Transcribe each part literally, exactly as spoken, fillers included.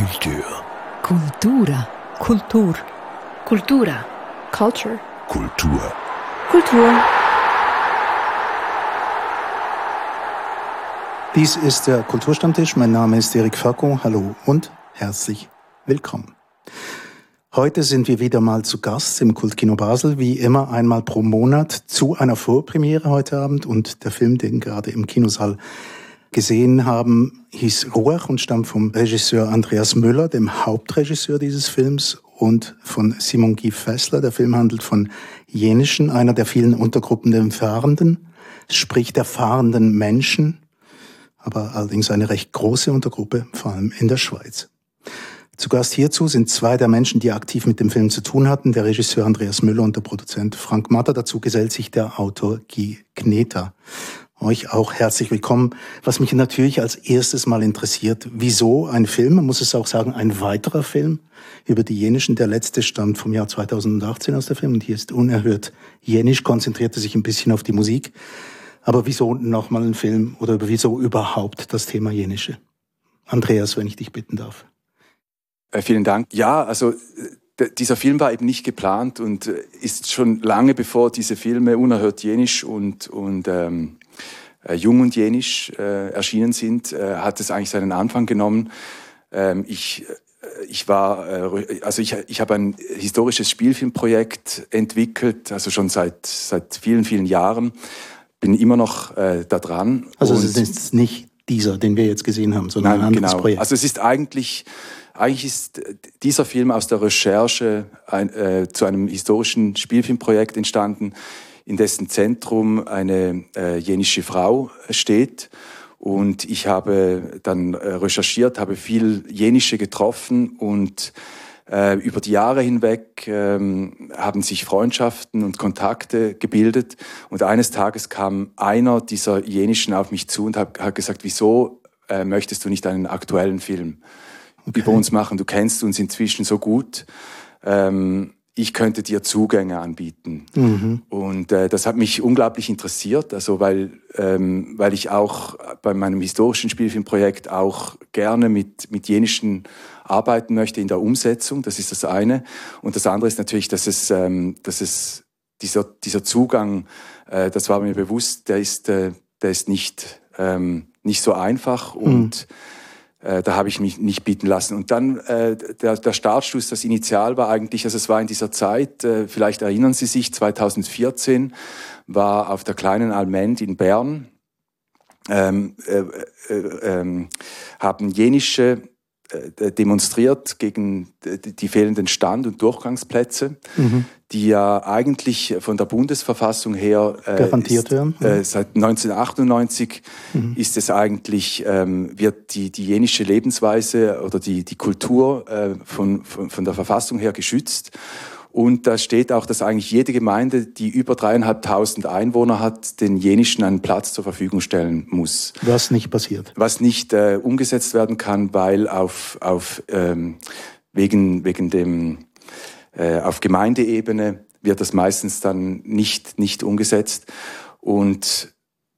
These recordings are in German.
Kultur. Kultura. Kultur. Kultura. Culture. Kultur. Kultur. Dies ist der Kulturstammtisch. Mein Name ist Erik Facco. Hallo und herzlich willkommen. Heute sind wir wieder mal zu Gast im Kultkino Basel, wie immer einmal pro Monat zu einer Vorpremiere heute Abend. Und der Film, den gerade im Kinosaal gesehen haben, hieß Ruach und stammt vom Regisseur Andreas Müller, dem Hauptregisseur dieses Films, und von Simon Guy Fessler. Der Film handelt von Jenischen, einer der vielen Untergruppen der Fahrenden, sprich der fahrenden Menschen, aber allerdings eine recht große Untergruppe, vor allem in der Schweiz. Zu Gast hierzu sind zwei der Menschen, die aktiv mit dem Film zu tun hatten, der Regisseur Andreas Müller und der Produzent Frank Matter. Dazu gesellt sich der Autor Guy Kneter. Euch auch herzlich willkommen. Was mich natürlich als erstes mal interessiert, wieso ein Film, man muss es auch sagen, ein weiterer Film über die Jenischen. Der letzte stammt vom Jahr zweitausendachtzehn aus der Film und hier ist unerhört Jenisch, konzentrierte sich ein bisschen auf die Musik. Aber wieso nochmal ein Film oder wieso überhaupt das Thema Jenische? Andreas, wenn ich dich bitten darf. Äh, vielen Dank. Ja, also d- dieser Film war eben nicht geplant und äh, ist schon lange bevor diese Filme Unerhört Jenisch und, und ähm, äh, Jung und Jenisch äh, erschienen sind, äh, hat es eigentlich seinen Anfang genommen. Ähm, ich, äh, ich war, äh, also ich, ich habe ein historisches Spielfilmprojekt entwickelt, also schon seit, seit vielen, vielen Jahren. Bin immer noch äh, da dran. Also es ist nicht dieser, den wir jetzt gesehen haben, sondern Nein, ein anderes genau. Projekt. Also es ist eigentlich, eigentlich ist dieser Film aus der Recherche ein, äh, zu einem historischen Spielfilmprojekt entstanden, in dessen Zentrum eine äh, jenische Frau steht. Und ich habe dann äh, recherchiert, habe viel Jenische getroffen und äh, über die Jahre hinweg ähm, haben sich Freundschaften und Kontakte gebildet. Und eines Tages kam einer dieser Jenischen auf mich zu und hat, hat gesagt, wieso äh, möchtest du nicht einen aktuellen Film okay. über uns machen? Du kennst uns inzwischen so gut. Ähm, ich könnte dir Zugänge anbieten. Mhm. Und äh, das hat mich unglaublich interessiert, also weil, ähm, weil ich auch bei meinem historischen Spielfilmprojekt auch gerne mit, mit Jenischen arbeiten möchte in der Umsetzung. Das ist das eine. Und das andere ist natürlich, dass es, ähm, dass es dieser, dieser Zugang, äh, das war mir bewusst, der ist, äh, der ist nicht, ähm, nicht so einfach und mhm. Äh, da habe ich mich nicht bieten lassen. Und dann äh, der, der Startschuss, das Initial war eigentlich, also es war in dieser Zeit, äh, vielleicht erinnern Sie sich, zweitausendvierzehn war auf der kleinen Allmend in Bern, ähm, äh, äh, äh, haben Jenische äh, demonstriert gegen die fehlenden Stand- und Durchgangsplätze, mhm. die ja eigentlich von der Bundesverfassung her äh, garantiert ist, werden. Äh, seit neunzehnhundertachtundneunzig mhm. ist es eigentlich, ähm, wird die, die jenische Lebensweise oder die, die Kultur äh, von, von, von der Verfassung her geschützt. Und da steht auch, dass eigentlich jede Gemeinde, die über dreieinhalbtausend Einwohner hat, den Jenischen einen Platz zur Verfügung stellen muss. Was nicht passiert. Was nicht äh, umgesetzt werden kann, weil auf, auf ähm, wegen, wegen dem äh, auf Gemeindeebene wird das meistens dann nicht, nicht umgesetzt. Und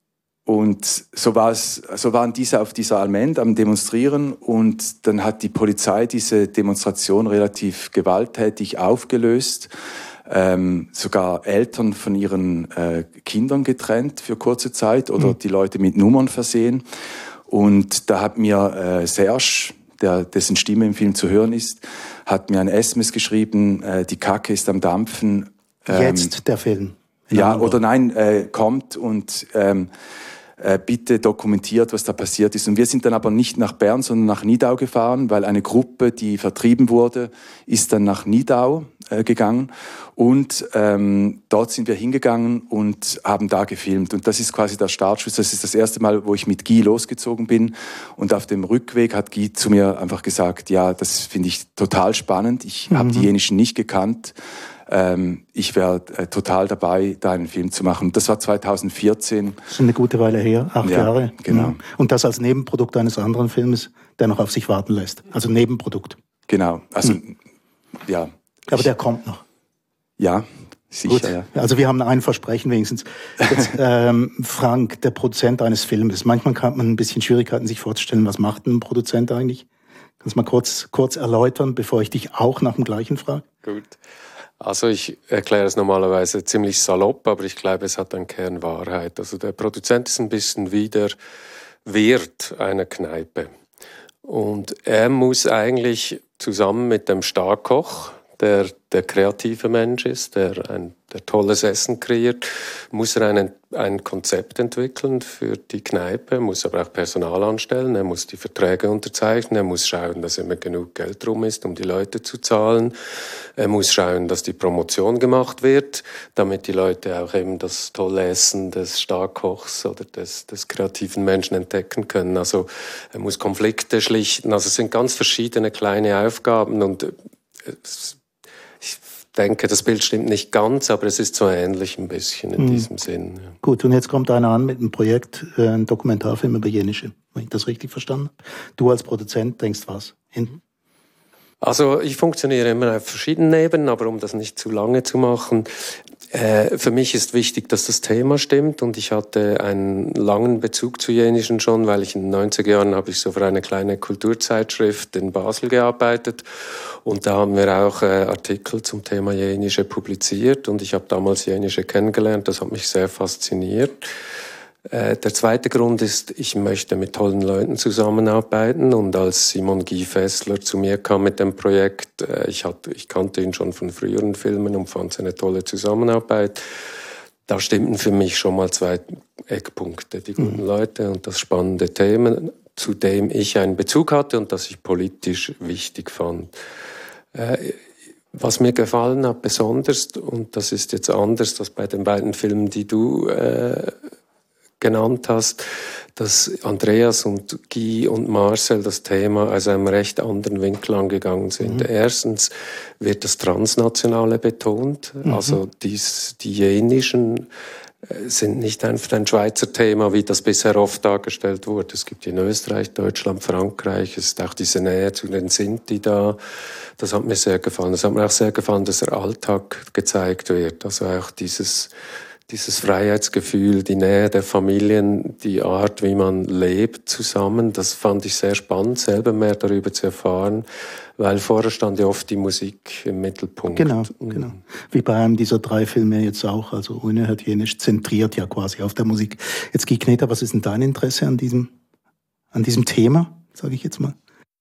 Und so war es, so waren diese auf dieser Allmend am Demonstrieren und dann hat die Polizei diese Demonstration relativ gewalttätig aufgelöst, ähm, sogar Eltern von ihren äh, Kindern getrennt für kurze Zeit oder mhm. die Leute mit Nummern versehen. Und da hat mir äh, Serge, der, dessen Stimme im Film zu hören ist, hat mir ein S M S geschrieben, äh, die Kacke ist am Dampfen. Ähm, Jetzt der Film. Ja, oder nein, äh, kommt und ähm, äh, bitte dokumentiert, was da passiert ist. Und wir sind dann aber nicht nach Bern, sondern nach Nidau gefahren, weil eine Gruppe, die vertrieben wurde, ist dann nach Nidau äh, gegangen. Und ähm, dort sind wir hingegangen und haben da gefilmt. Und das ist quasi der Startschuss. Das ist das erste Mal, wo ich mit Guy losgezogen bin. Und auf dem Rückweg hat Guy zu mir einfach gesagt, ja, das finde ich total spannend. Ich mhm. habe die Jenischen nicht gekannt. Ähm, ich wäre äh, total dabei, da einen Film zu machen. Das war zweitausendvierzehn. Das ist eine gute Weile her, acht ja, Jahre. Genau. Und das als Nebenprodukt eines anderen Films, der noch auf sich warten lässt. Also Nebenprodukt. Genau. Also, mhm. ja. Aber ich, der kommt noch. Ja, sicher, Gut. ja. Also wir haben ein Versprechen wenigstens. Jetzt, ähm, Frank, der Produzent eines Filmes. Manchmal hat man ein bisschen Schwierigkeiten, sich vorzustellen, was macht ein Produzent eigentlich? Kannst du mal kurz, kurz erläutern, bevor ich dich auch nach dem Gleichen frage? Gut. Also ich erkläre es normalerweise ziemlich salopp, aber ich glaube, es hat einen Kern Wahrheit. Also der Produzent ist ein bisschen wie der Wirt einer Kneipe. Und er muss eigentlich zusammen mit dem Starkoch, der der kreative Mensch ist, der ein der tolles Essen kreiert, muss er einen, ein Konzept entwickeln für die Kneipe, muss aber auch Personal anstellen, er muss die Verträge unterzeichnen, er muss schauen, dass immer genug Geld rum ist, um die Leute zu zahlen, er muss schauen, dass die Promotion gemacht wird, damit die Leute auch eben das tolle Essen des Starkochs oder des, des kreativen Menschen entdecken können. Also er muss Konflikte schlichten, also es sind ganz verschiedene kleine Aufgaben und es, ich denke, das Bild stimmt nicht ganz, aber es ist so ähnlich ein bisschen in mhm. diesem Sinn. Ja. Gut, und jetzt kommt einer an mit einem Projekt, äh, ein Dokumentarfilm über Jenische, wenn ich das richtig verstanden habe. Du als Produzent denkst was? Hinten? Also ich funktioniere immer auf verschiedenen Ebenen, aber um das nicht zu lange zu machen, äh, für mich ist wichtig, dass das Thema stimmt und ich hatte einen langen Bezug zu Jenischen schon, weil ich in den neunziger Jahren habe ich so für eine kleine Kulturzeitschrift in Basel gearbeitet und da haben wir auch äh, Artikel zum Thema Jenische publiziert und ich habe damals Jenische kennengelernt, das hat mich sehr fasziniert. Der zweite Grund ist, ich möchte mit tollen Leuten zusammenarbeiten und als Simon Guy Fessler zu mir kam mit dem Projekt, ich, hatte, ich kannte ihn schon von früheren Filmen und fand es eine tolle Zusammenarbeit. Da stimmten für mich schon mal zwei Eckpunkte, die guten mhm. Leute und das spannende Themen, zu dem ich einen Bezug hatte und das ich politisch wichtig fand. Was mir gefallen hat besonders, und das ist jetzt anders als bei den beiden Filmen, die du äh, genannt hast, dass Andreas und Guy und Marcel das Thema aus einem recht anderen Winkel angegangen sind. Mhm. Erstens wird das Transnationale betont, mhm. also dies, die Jenischen sind nicht einfach ein Schweizer Thema, wie das bisher oft dargestellt wurde. Es gibt in Österreich, Deutschland, Frankreich, es ist auch diese Nähe zu den Sinti da. Das hat mir sehr gefallen. Es hat mir auch sehr gefallen, dass der Alltag gezeigt wird, also auch dieses Dieses Freiheitsgefühl, die Nähe der Familien, die Art, wie man lebt zusammen, das fand ich sehr spannend, selber mehr darüber zu erfahren, weil vorher stand ja oft die Musik im Mittelpunkt. Genau, genau. Wie bei einem dieser drei Filme jetzt auch, also Unerhört Jenisch zentriert ja quasi auf der Musik. Jetzt Guy Kneter, was ist denn dein Interesse an diesem, an diesem Thema, sage ich jetzt mal?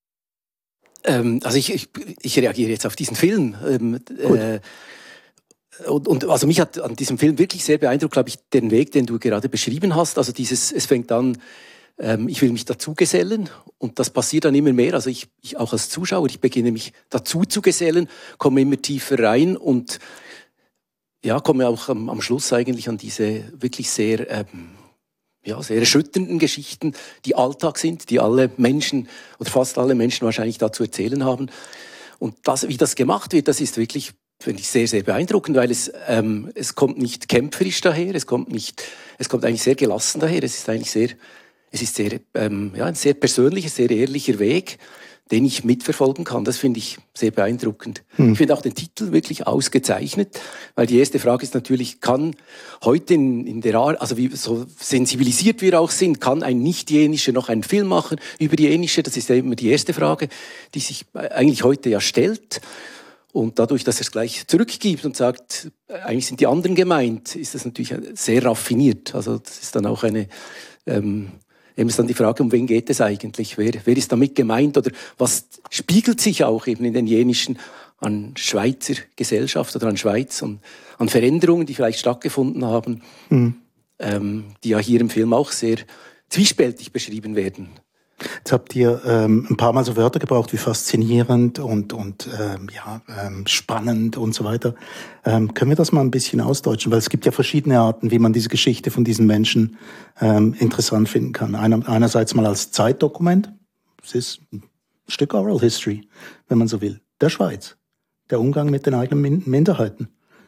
Ähm, also ich, ich, ich reagiere jetzt auf diesen Film. Ähm, Gut. Äh, Und, und also mich hat an diesem Film wirklich sehr beeindruckt, glaube ich, den Weg, den du gerade beschrieben hast. Also dieses, es fängt an, ähm, ich will mich dazugesellen und das passiert dann immer mehr. Also ich, ich auch als Zuschauer, ich beginne mich dazu zu gesellen, komme immer tiefer rein und ja, komme auch am, am Schluss eigentlich an diese wirklich sehr, ähm, ja, sehr erschütternden Geschichten, die Alltag sind, die alle Menschen oder fast alle Menschen wahrscheinlich da zu erzählen haben. Und das, wie das gemacht wird, das ist wirklich, finde ich, sehr, sehr beeindruckend, weil es, ähm, es kommt nicht kämpferisch daher, es kommt nicht, es kommt eigentlich sehr gelassen daher, es ist eigentlich sehr, es ist sehr, ähm, ja, ein sehr persönlicher, sehr ehrlicher Weg, den ich mitverfolgen kann. Das finde ich sehr beeindruckend. Hm. Ich finde auch den Titel wirklich ausgezeichnet, weil die erste Frage ist natürlich, kann heute in, in der Art, also wie so sensibilisiert wir auch sind, kann ein Nicht-Jenischer noch einen Film machen über die Jenische? Das ist ja immer die erste Frage, die sich eigentlich heute ja stellt. Und dadurch, dass er es gleich zurückgibt und sagt, eigentlich sind die anderen gemeint, ist das natürlich sehr raffiniert. Also das ist dann auch eine, ähm, eben ist dann die Frage, um wen geht es eigentlich? Wer, wer ist damit gemeint? Oder was spiegelt sich auch eben in den Jenischen an Schweizer Gesellschaft oder an Schweiz und an Veränderungen, die vielleicht stattgefunden haben, mhm. ähm, die ja hier im Film auch sehr zwiespältig beschrieben werden. Jetzt habt ihr ähm, ein paar Mal so Wörter gebraucht wie faszinierend und, und ähm, ja, ähm, spannend und so weiter. Ähm, können wir das mal ein bisschen ausdeutschen? Weil es gibt ja verschiedene Arten, wie man diese Geschichte von diesen Menschen ähm, interessant finden kann. Einer, einerseits mal als Zeitdokument. Es ist ein Stück Oral History, wenn man so will. Der Schweiz. Der Umgang mit den eigenen Min- Minderheiten.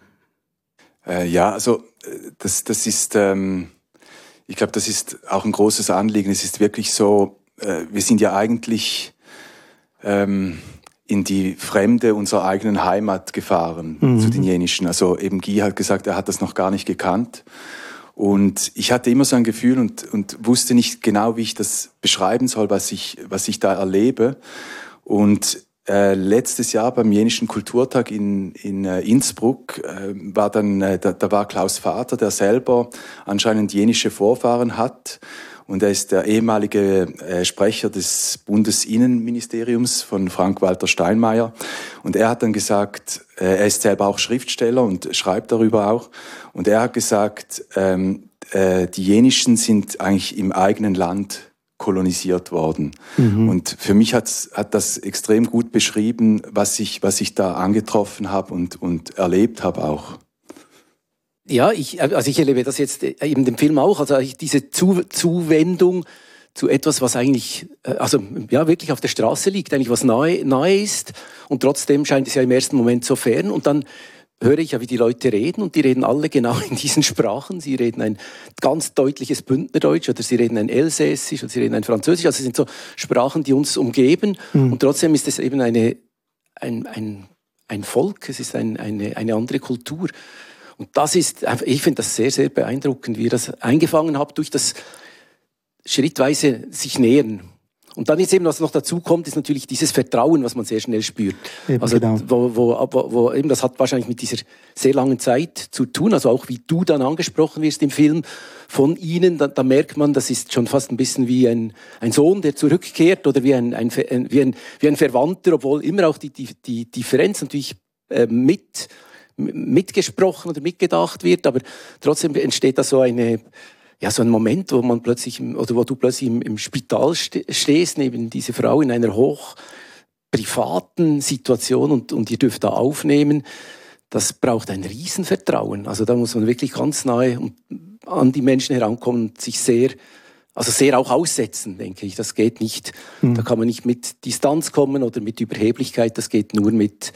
Äh, ja, also das, das ist, ähm, ich glaube, das ist auch ein großes Anliegen. Es ist wirklich so, wir sind ja eigentlich ähm, in die Fremde unserer eigenen Heimat gefahren, mhm. zu den Jenischen. Also eben Guy hat gesagt, er hat das noch gar nicht gekannt. Und ich hatte immer so ein Gefühl und, und wusste nicht genau, wie ich das beschreiben soll, was ich, was ich da erlebe. Und äh, letztes Jahr beim Jenischen Kulturtag in, in äh, Innsbruck äh, war dann, äh, da, da war Klaus Vater, der selber anscheinend jenische Vorfahren hat. Und er ist der ehemalige äh, Sprecher des Bundesinnenministeriums von Frank-Walter Steinmeier. Und er hat dann gesagt, äh, er ist selber auch Schriftsteller und schreibt darüber auch. Und er hat gesagt, ähm, äh, die Jenischen sind eigentlich im eigenen Land kolonisiert worden. Mhm. Und für mich hat's, hat das extrem gut beschrieben, was ich, was ich da angetroffen habe und, und erlebt habe auch. Ja, ich, also ich erlebe das jetzt eben im Film auch, also diese Zu- Zuwendung zu etwas, was eigentlich, also ja, wirklich auf der Straße liegt, eigentlich was nahe, nahe ist, und trotzdem scheint es ja im ersten Moment so fern, und dann höre ich ja, wie die Leute reden, und die reden alle genau in diesen Sprachen. Sie reden ein ganz deutliches Bündnerdeutsch, oder sie reden ein Elsässisch, oder sie reden ein Französisch, also es sind so Sprachen, die uns umgeben, mhm. und trotzdem ist es eben eine, ein, ein, ein Volk, es ist ein, eine, eine andere Kultur. Und das ist, ich finde das sehr, sehr beeindruckend, wie ihr das eingefangen habt durch das schrittweise sich nähern. Und dann ist eben, was noch dazu kommt, ist natürlich dieses Vertrauen, was man sehr schnell spürt. Eben, also, genau. wo, wo, wo, wo eben, das hat wahrscheinlich mit dieser sehr langen Zeit zu tun, also auch wie du dann angesprochen wirst im Film von ihnen, da, da merkt man, das ist schon fast ein bisschen wie ein, ein Sohn, der zurückkehrt, oder wie ein, ein, wie ein, wie ein Verwandter, obwohl immer auch die, die, die Differenz natürlich äh, mit mitgesprochen oder mitgedacht wird, aber trotzdem entsteht da so eine, ja, so ein Moment, wo man plötzlich, oder wo du plötzlich im, im Spital ste- stehst, neben diese Frau in einer hoch privaten Situation, und, und ihr dürft da aufnehmen. Das braucht ein Riesenvertrauen. Also da muss man wirklich ganz nahe an die Menschen herankommen und sich sehr, also sehr auch aussetzen, denke ich. Das geht nicht, mhm. da kann man nicht mit Distanz kommen oder mit Überheblichkeit, das geht nur mit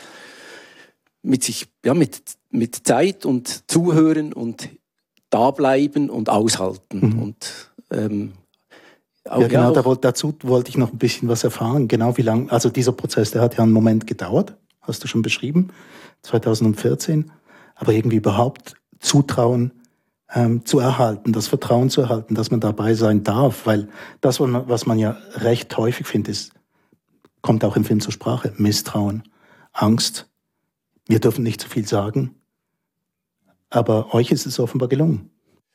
mit sich, ja, mit, mit Zeit und Zuhören und dableiben und aushalten. Mhm. Und, ähm, auch, ja, genau, ja, da, dazu wollte ich noch ein bisschen was erfahren. Genau wie lang, also dieser Prozess, der hat ja einen Moment gedauert, hast du schon beschrieben, zweitausendvierzehn. Aber irgendwie überhaupt Zutrauen ähm, zu erhalten, das Vertrauen zu erhalten, dass man dabei sein darf. Weil das, was man ja recht häufig findet, ist, kommt auch im Film zur Sprache, Misstrauen, Angst. Wir dürfen nicht zu viel sagen, aber euch ist es offenbar gelungen.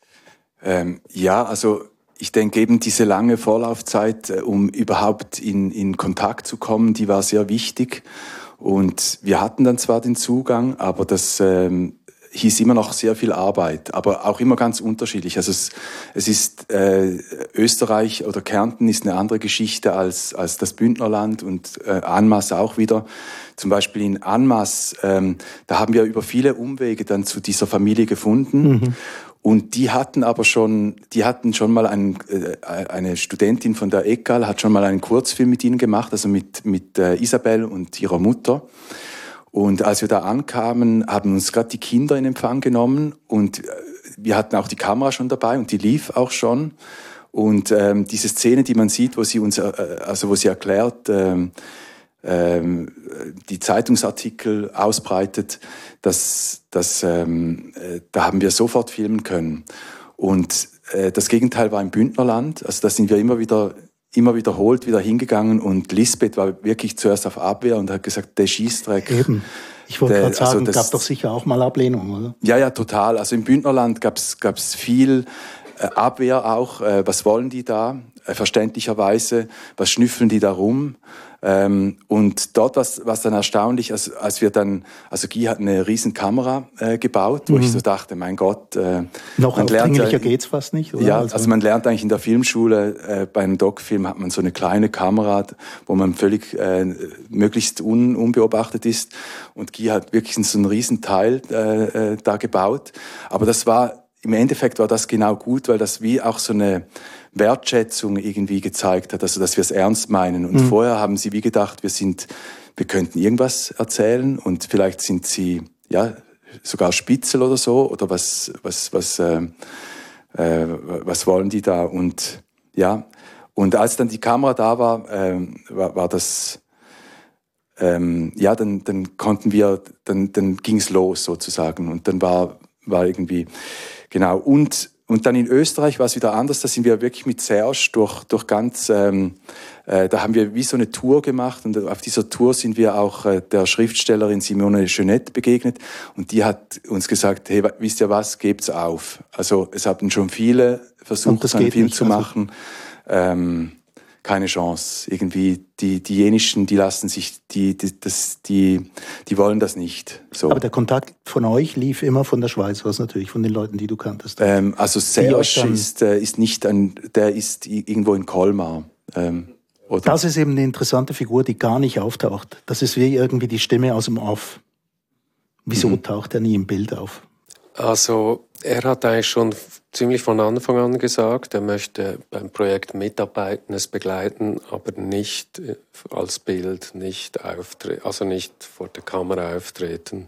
Ähm, ja, also ich denke eben diese lange Vorlaufzeit, äh, um überhaupt in, in Kontakt zu kommen, die war sehr wichtig. Und wir hatten dann zwar den Zugang, aber das ähm, hieß immer noch sehr viel Arbeit, aber auch immer ganz unterschiedlich. Also es, es ist äh, Österreich oder Kärnten ist eine andere Geschichte als als das Bündnerland, und äh, Annmasse auch wieder. Zum Beispiel in Annmasse, ähm, da haben wir über viele Umwege dann zu dieser Familie gefunden. Mhm. Und die hatten aber schon, die hatten schon mal einen, äh, eine Studentin von der E K A L hat schon mal einen Kurzfilm mit ihnen gemacht, also mit mit äh, Isabel und ihrer Mutter. Und als wir da ankamen, haben uns gerade die Kinder in Empfang genommen, und wir hatten auch die Kamera schon dabei und die lief auch schon. Und ähm, diese Szene, die man sieht, wo sie uns, äh, also wo sie erklärt, ähm, ähm, die Zeitungsartikel ausbreitet, das, das, ähm, äh, da haben wir sofort filmen können. Und äh, das Gegenteil war im Bündnerland. Also da sind wir immer wieder immer wiederholt wieder hingegangen, und Lisbeth war wirklich zuerst auf Abwehr und hat gesagt, der Schießdreck. Eben. Ich wollte gerade sagen, also das gab doch sicher auch mal Ablehnung, oder? Ja, ja, total. Also im Bündnerland gab's gab's viel äh, Abwehr auch. Äh, was wollen die da? Äh, verständlicherweise. Was schnüffeln die da rum? Ähm, und dort war es dann erstaunlich, als, als wir dann, also Guy hat eine riesen Kamera äh, gebaut, wo mhm. ich so dachte, mein Gott. Äh, Noch aufdringlicher ja, geht's fast nicht, oder? Ja, also, also man lernt eigentlich in der Filmschule, äh, bei einem Doc-Film hat man so eine kleine Kamera, wo man völlig äh, möglichst un, unbeobachtet ist. Und Guy hat wirklich so einen riesen Teil äh, äh, da gebaut. Aber das war, im Endeffekt war das genau gut, weil das wie auch so eine Wertschätzung irgendwie gezeigt hat, also dass wir es ernst meinen. Und mhm. vorher haben sie wie gedacht, wir sind, wir könnten irgendwas erzählen, und vielleicht sind sie ja sogar Spitzel oder so, oder was was was äh, äh, was wollen die da? Und ja, und als dann die Kamera da war, äh, war, war das ähm, ja, dann dann konnten wir, dann dann ging's los sozusagen, und dann war war irgendwie genau und und dann in Österreich war es wieder anders. Da sind wir wirklich mit Serge durch, durch ganz, ähm, äh, da haben wir wie so eine Tour gemacht und auf dieser Tour sind wir auch äh, der Schriftstellerin Simone Jeanette begegnet und die hat uns gesagt, hey, wisst ihr was, gebt's auf. Also es haben schon viele versucht, einen Film nicht, zu machen. Also ähm, keine Chance. Irgendwie die die jenischen, die lassen sich, die die das, die die wollen das nicht. So. Aber der Kontakt von euch lief immer von der Schweiz aus natürlich, von den Leuten, die du kanntest. Ähm, also Serge ist äh, ist nicht ein, der ist irgendwo in Colmar. Ähm, oder? Das ist eben eine interessante Figur, die gar nicht auftaucht. Das ist wie irgendwie die Stimme aus dem Off. Wieso mhm. taucht er nie im Bild auf? Also er hat eigentlich schon ziemlich von Anfang an gesagt, er möchte beim Projekt mitarbeiten, es begleiten, aber nicht als Bild, nicht auftreten, also nicht vor der Kamera auftreten.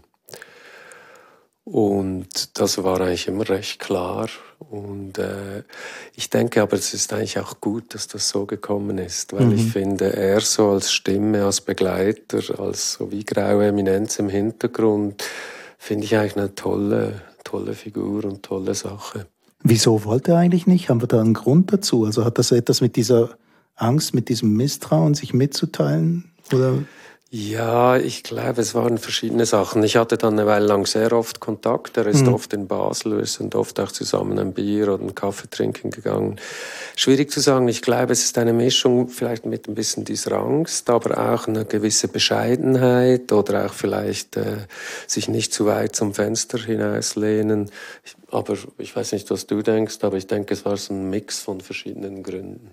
Und das war eigentlich immer recht klar. Und äh, ich denke aber, es ist eigentlich auch gut, dass das so gekommen ist, weil mhm. ich finde, er so als Stimme, als Begleiter, als so wie graue Eminenz im Hintergrund, finde ich eigentlich eine tolle, tolle Figur und tolle Sache. Wieso wollte er eigentlich nicht? Haben wir da einen Grund dazu? Also hat das etwas mit dieser Angst, mit diesem Misstrauen, sich mitzuteilen? Oder? Ja, ich glaube, es waren verschiedene Sachen. Ich hatte dann eine Weile lang sehr oft Kontakt. Er ist mhm. oft in Basel, wir sind oft auch zusammen ein Bier oder einen Kaffee trinken gegangen. Schwierig zu sagen. Ich glaube, es ist eine Mischung vielleicht mit ein bisschen dieser Angst, aber auch eine gewisse Bescheidenheit oder auch vielleicht äh, sich nicht zu weit zum Fenster hinauslehnen. Ich, aber ich weiß nicht, was du denkst, aber ich denke, es war so ein Mix von verschiedenen Gründen.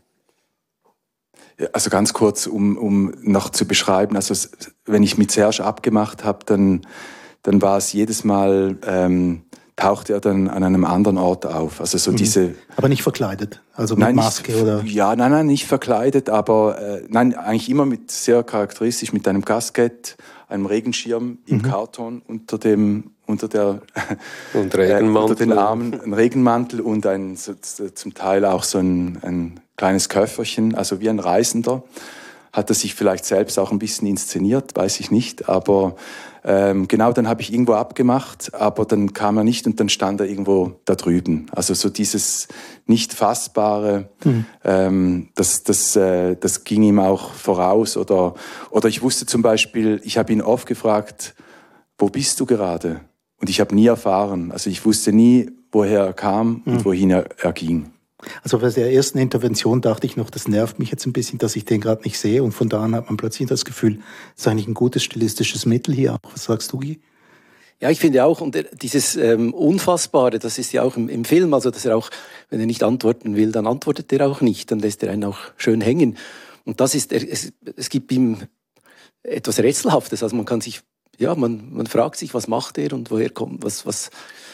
Also ganz kurz, um, um noch zu beschreiben, also wenn ich mit Serge abgemacht habe, dann, dann war es jedes Mal, ähm, tauchte er dann an einem anderen Ort auf. Also so mhm. diese. Aber nicht verkleidet, also mit nein, Maske nicht, oder? Ja, nein, nein, nicht verkleidet, aber äh, nein, eigentlich immer mit sehr charakteristisch mit einem Casquette, einem Regenschirm im mhm. Karton unter dem unter der und Regenmantel. äh, unter den Armen, ein Regenmantel und ein so, zum Teil auch so ein, ein kleines Köfferchen, also wie ein Reisender. Hat er sich vielleicht selbst auch ein bisschen inszeniert, weiß ich nicht, aber ähm, genau, dann habe ich irgendwo abgemacht, aber dann kam er nicht und dann stand er irgendwo da drüben. Also so dieses nicht Fassbare, mhm. ähm, das, das, äh, das ging ihm auch voraus. Oder, oder ich wusste zum Beispiel, ich habe ihn oft gefragt, wo bist du gerade? Und ich habe nie erfahren, also ich wusste nie, woher er kam mhm. und wohin er, er ging. Also bei der ersten Intervention dachte ich noch, das nervt mich jetzt ein bisschen, dass ich den gerade nicht sehe. Und von da an hat man plötzlich das Gefühl, das ist eigentlich ein gutes stilistisches Mittel hier. Was sagst du, Guy? Ja, ich finde auch, und dieses ähm, Unfassbare, das ist ja auch im, im Film, also dass er auch, wenn er nicht antworten will, dann antwortet er auch nicht, dann lässt er einen auch schön hängen. Und das ist, er, es, es gibt ihm etwas Rätselhaftes, also man kann sich, ja, man, man fragt sich, was macht er und woher kommt, was, was,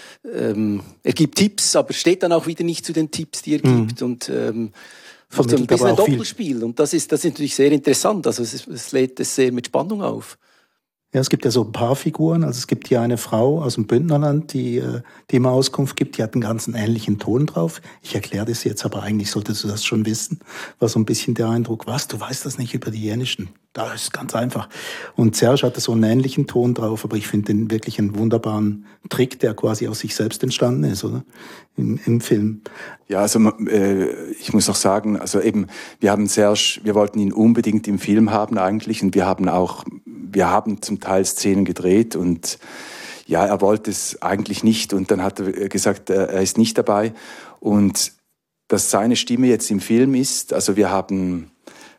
Ähm, er gibt Tipps, aber steht dann auch wieder nicht zu den Tipps, die er mhm. gibt. Und ähm, so ein bisschen ein Doppelspiel. Viel. Und das ist, das ist natürlich sehr interessant. Also es, es lädt es sehr mit Spannung auf. Ja, es gibt ja so ein paar Figuren. Also es gibt hier eine Frau aus dem Bündnerland, die, die immer Auskunft gibt. Die hat einen ganz ähnlichen Ton drauf. Ich erkläre das jetzt, aber eigentlich solltest du das schon wissen. War so ein bisschen der Eindruck, was, du weißt das nicht über die Jenischen. Das ist ganz einfach. Und Serge hatte so einen ähnlichen Ton drauf, aber ich finde den wirklich einen wunderbaren Trick, der quasi aus sich selbst entstanden ist, oder? Im, im Film. Ja, also äh, ich muss auch sagen, also eben, wir haben Serge, wir wollten ihn unbedingt im Film haben eigentlich und wir haben auch, wir haben zum Teil Szenen gedreht und ja, er wollte es eigentlich nicht und dann hat er gesagt, er ist nicht dabei und dass seine Stimme jetzt im Film ist, also wir haben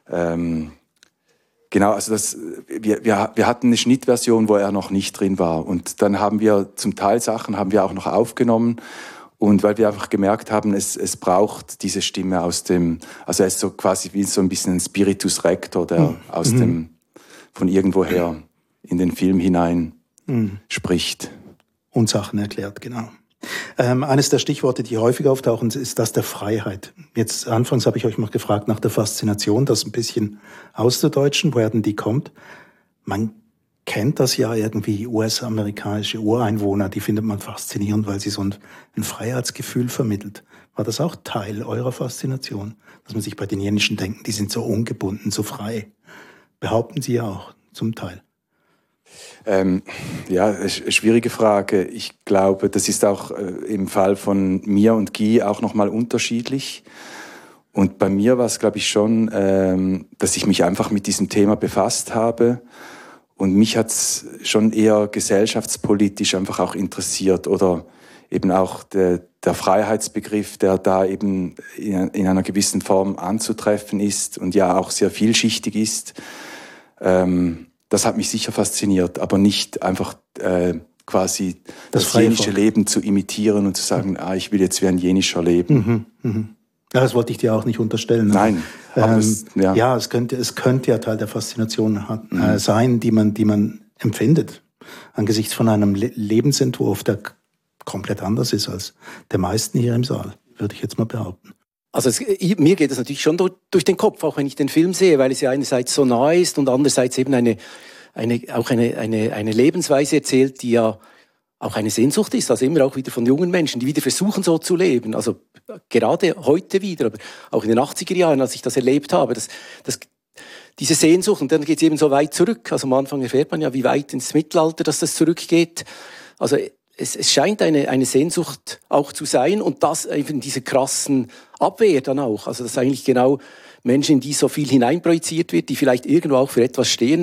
ähm, Genau, also das, wir, wir, wir hatten eine Schnittversion, wo er noch nicht drin war. Und dann haben wir zum Teil Sachen haben wir auch noch aufgenommen. Und weil wir einfach gemerkt haben, es, es braucht diese Stimme aus dem, also er ist so quasi wie so ein bisschen ein Spiritus Rector, der mhm. aus dem, von irgendwoher in den Film hinein mhm. spricht. Und Sachen erklärt, genau. Ähm, eines der Stichworte, die häufig auftauchen, ist das der Freiheit. Jetzt anfangs habe ich euch mal gefragt nach der Faszination, das ein bisschen auszudeutschen, woher denn die kommt. Man kennt das ja irgendwie, U S-amerikanische Ureinwohner, die findet man faszinierend, weil sie so ein, ein Freiheitsgefühl vermittelt. War das auch Teil eurer Faszination? Dass man sich bei den Jenischen denken, die sind so ungebunden, so frei. Behaupten sie ja auch, zum Teil. Ähm, ja, eine schwierige Frage. Ich glaube, das ist auch äh, im Fall von mir und Guy auch nochmal unterschiedlich. Und bei mir war es, glaube ich, schon, ähm, dass ich mich einfach mit diesem Thema befasst habe. Und mich hat es schon eher gesellschaftspolitisch einfach auch interessiert. Oder eben auch der, der Freiheitsbegriff, der da eben in, in einer gewissen Form anzutreffen ist und ja auch sehr vielschichtig ist. Ähm, das hat mich sicher fasziniert, aber nicht einfach äh, quasi das, das jenische Leben zu imitieren und zu sagen, ah, ich will jetzt wie ein jenischer leben. Mhm, mh. Ja, das wollte ich dir auch nicht unterstellen. Nein. Aber ähm, es, ja. ja, es könnte, es könnte ja Teil der Faszination hat, mhm. äh, sein, die man, die man empfindet. Angesichts von einem Le- Lebensentwurf, der k- komplett anders ist als der meisten hier im Saal, würde ich jetzt mal behaupten. Also es, mir geht es natürlich schon durch, durch den Kopf, auch wenn ich den Film sehe, weil es ja einerseits so nah ist und andererseits eben eine, eine, auch eine, eine, eine Lebensweise erzählt, die ja auch eine Sehnsucht ist, also immer auch wieder von jungen Menschen, die wieder versuchen, so zu leben. Also gerade heute wieder, aber auch in den achtziger Jahren, als ich das erlebt habe, das, das, diese Sehnsucht, und dann geht es eben so weit zurück. Also am Anfang erfährt man ja, wie weit ins Mittelalter, dass das zurückgeht. Also es, es scheint eine, eine Sehnsucht auch zu sein und das eben diese krassen Abwehr dann auch. Also dass eigentlich genau Menschen, in die so viel hineinprojiziert wird, die vielleicht irgendwo auch für etwas stehen,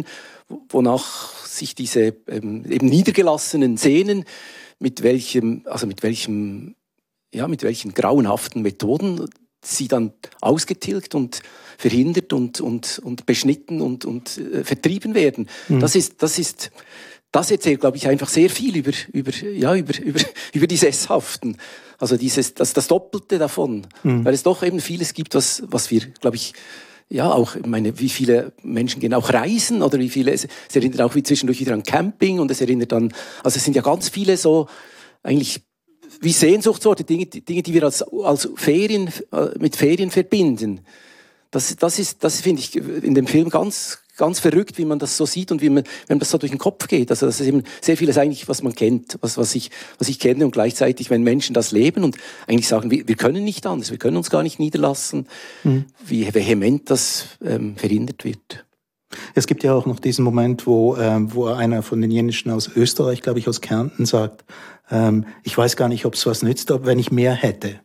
wonach sich diese ähm, eben niedergelassenen Szenen, mit welchem, also mit welchem, ja, mit welchen grauenhaften Methoden sie dann ausgetilgt und verhindert und, und, und beschnitten und, und äh, vertrieben werden. Mhm. Das ist, das ist, das erzählt, glaube ich, einfach sehr viel über, über, ja, über, über, über die Sesshaften. Also dieses, das, das Doppelte davon. Mhm. Weil es doch eben vieles gibt, was, was wir, glaube ich, ja, auch, ich meine, wie viele Menschen gehen auch reisen oder wie viele, es, es erinnert auch wie zwischendurch wieder an Camping und es erinnert an, also es sind ja ganz viele so, eigentlich, wie Sehnsuchtsorte, Dinge, Dinge, die wir als, als Ferien, mit Ferien verbinden. Das, das ist, das finde ich in dem Film ganz, ganz verrückt, wie man das so sieht und wie man, wenn das so durch den Kopf geht. Also das ist eben sehr vieles eigentlich, was man kennt, was, was ich, was ich kenne und gleichzeitig, wenn Menschen das leben und eigentlich sagen, wir, wir können nicht anders, wir können uns gar nicht niederlassen, mhm. wie vehement das ähm, verhindert wird. Es gibt ja auch noch diesen Moment, wo, ähm, wo einer von den jenischen aus Österreich, glaube ich, aus Kärnten sagt, ähm, ich weiß gar nicht, ob es was nützt, wenn ich mehr hätte.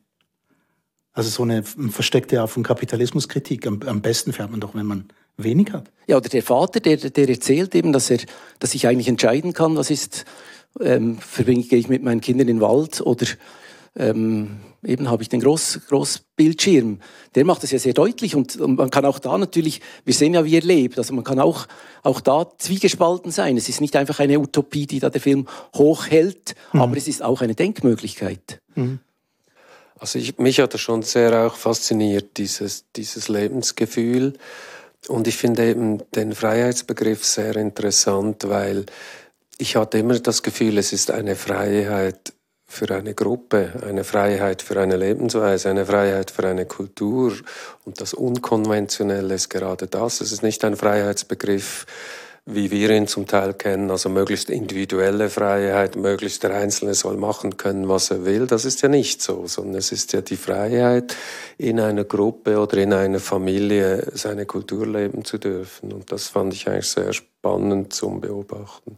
Also so eine versteckte Art von Kapitalismuskritik. Am, am besten fährt man doch, wenn man wenig hat. Ja, oder der Vater, der, der erzählt eben, dass er, dass ich eigentlich entscheiden kann, was ist, ähm, verbringe gehe ich mit meinen Kindern in den Wald oder ähm, eben habe ich den Groß, Großbildschirm. Der macht das ja sehr deutlich und, und man kann auch da natürlich, wir sehen ja, wie er lebt, also man kann auch, auch da zwiegespalten sein. Es ist nicht einfach eine Utopie, die da der Film hochhält, mhm. aber es ist auch eine Denkmöglichkeit. Mhm. Also ich, mich hat das schon sehr auch fasziniert, dieses, dieses Lebensgefühl. Und ich finde eben den Freiheitsbegriff sehr interessant, weil ich hatte immer das Gefühl, es ist eine Freiheit für eine Gruppe, eine Freiheit für eine Lebensweise, eine Freiheit für eine Kultur. Und das Unkonventionelle ist gerade das. Es ist nicht ein Freiheitsbegriff, wie wir ihn zum Teil kennen, also möglichst individuelle Freiheit, möglichst der Einzelne soll machen können, was er will. Das ist ja nicht so, sondern es ist ja die Freiheit, in einer Gruppe oder in einer Familie seine Kultur leben zu dürfen. Und das fand ich eigentlich sehr spannend zum Beobachten.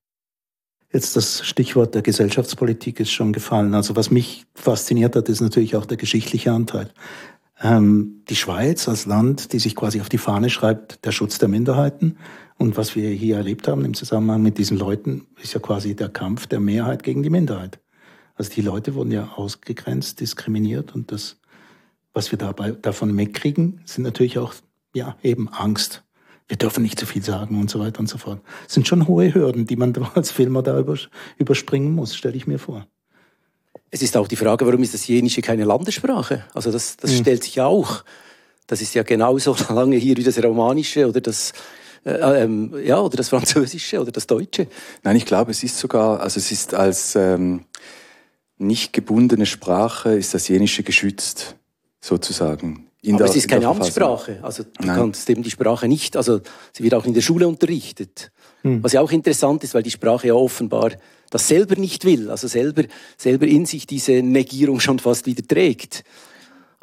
Jetzt das Stichwort der Gesellschaftspolitik ist schon gefallen. Also was mich fasziniert hat, ist natürlich auch der geschichtliche Anteil. Ähm, die Schweiz als Land, die sich quasi auf die Fahne schreibt, der Schutz der Minderheiten. Und was wir hier erlebt haben im Zusammenhang mit diesen Leuten, ist ja quasi der Kampf der Mehrheit gegen die Minderheit. Also die Leute wurden ja ausgegrenzt, diskriminiert und das, was wir dabei davon mitkriegen, sind natürlich auch, ja, eben Angst. Wir dürfen nicht zu viel sagen und so weiter und so fort. Das sind schon hohe Hürden, die man als Filmer da überspringen muss, stelle ich mir vor. Es ist auch die Frage, warum ist das Jenische keine Landessprache? Also das, das mhm. stellt sich ja auch. Das ist ja genauso lange hier wie das Romanische oder das Äh, ähm, ja, oder das Französische oder das Deutsche? Nein, ich glaube, es ist sogar, also es ist als ähm, nicht gebundene Sprache, ist das Jenische geschützt, sozusagen. In Aber der, es ist keine Amtssprache, also du Nein. kannst eben die Sprache nicht, also sie wird auch in der Schule unterrichtet. Hm. Was ja auch interessant ist, weil die Sprache ja offenbar das selber nicht will, also selber, selber in sich diese Negierung schon fast wieder trägt.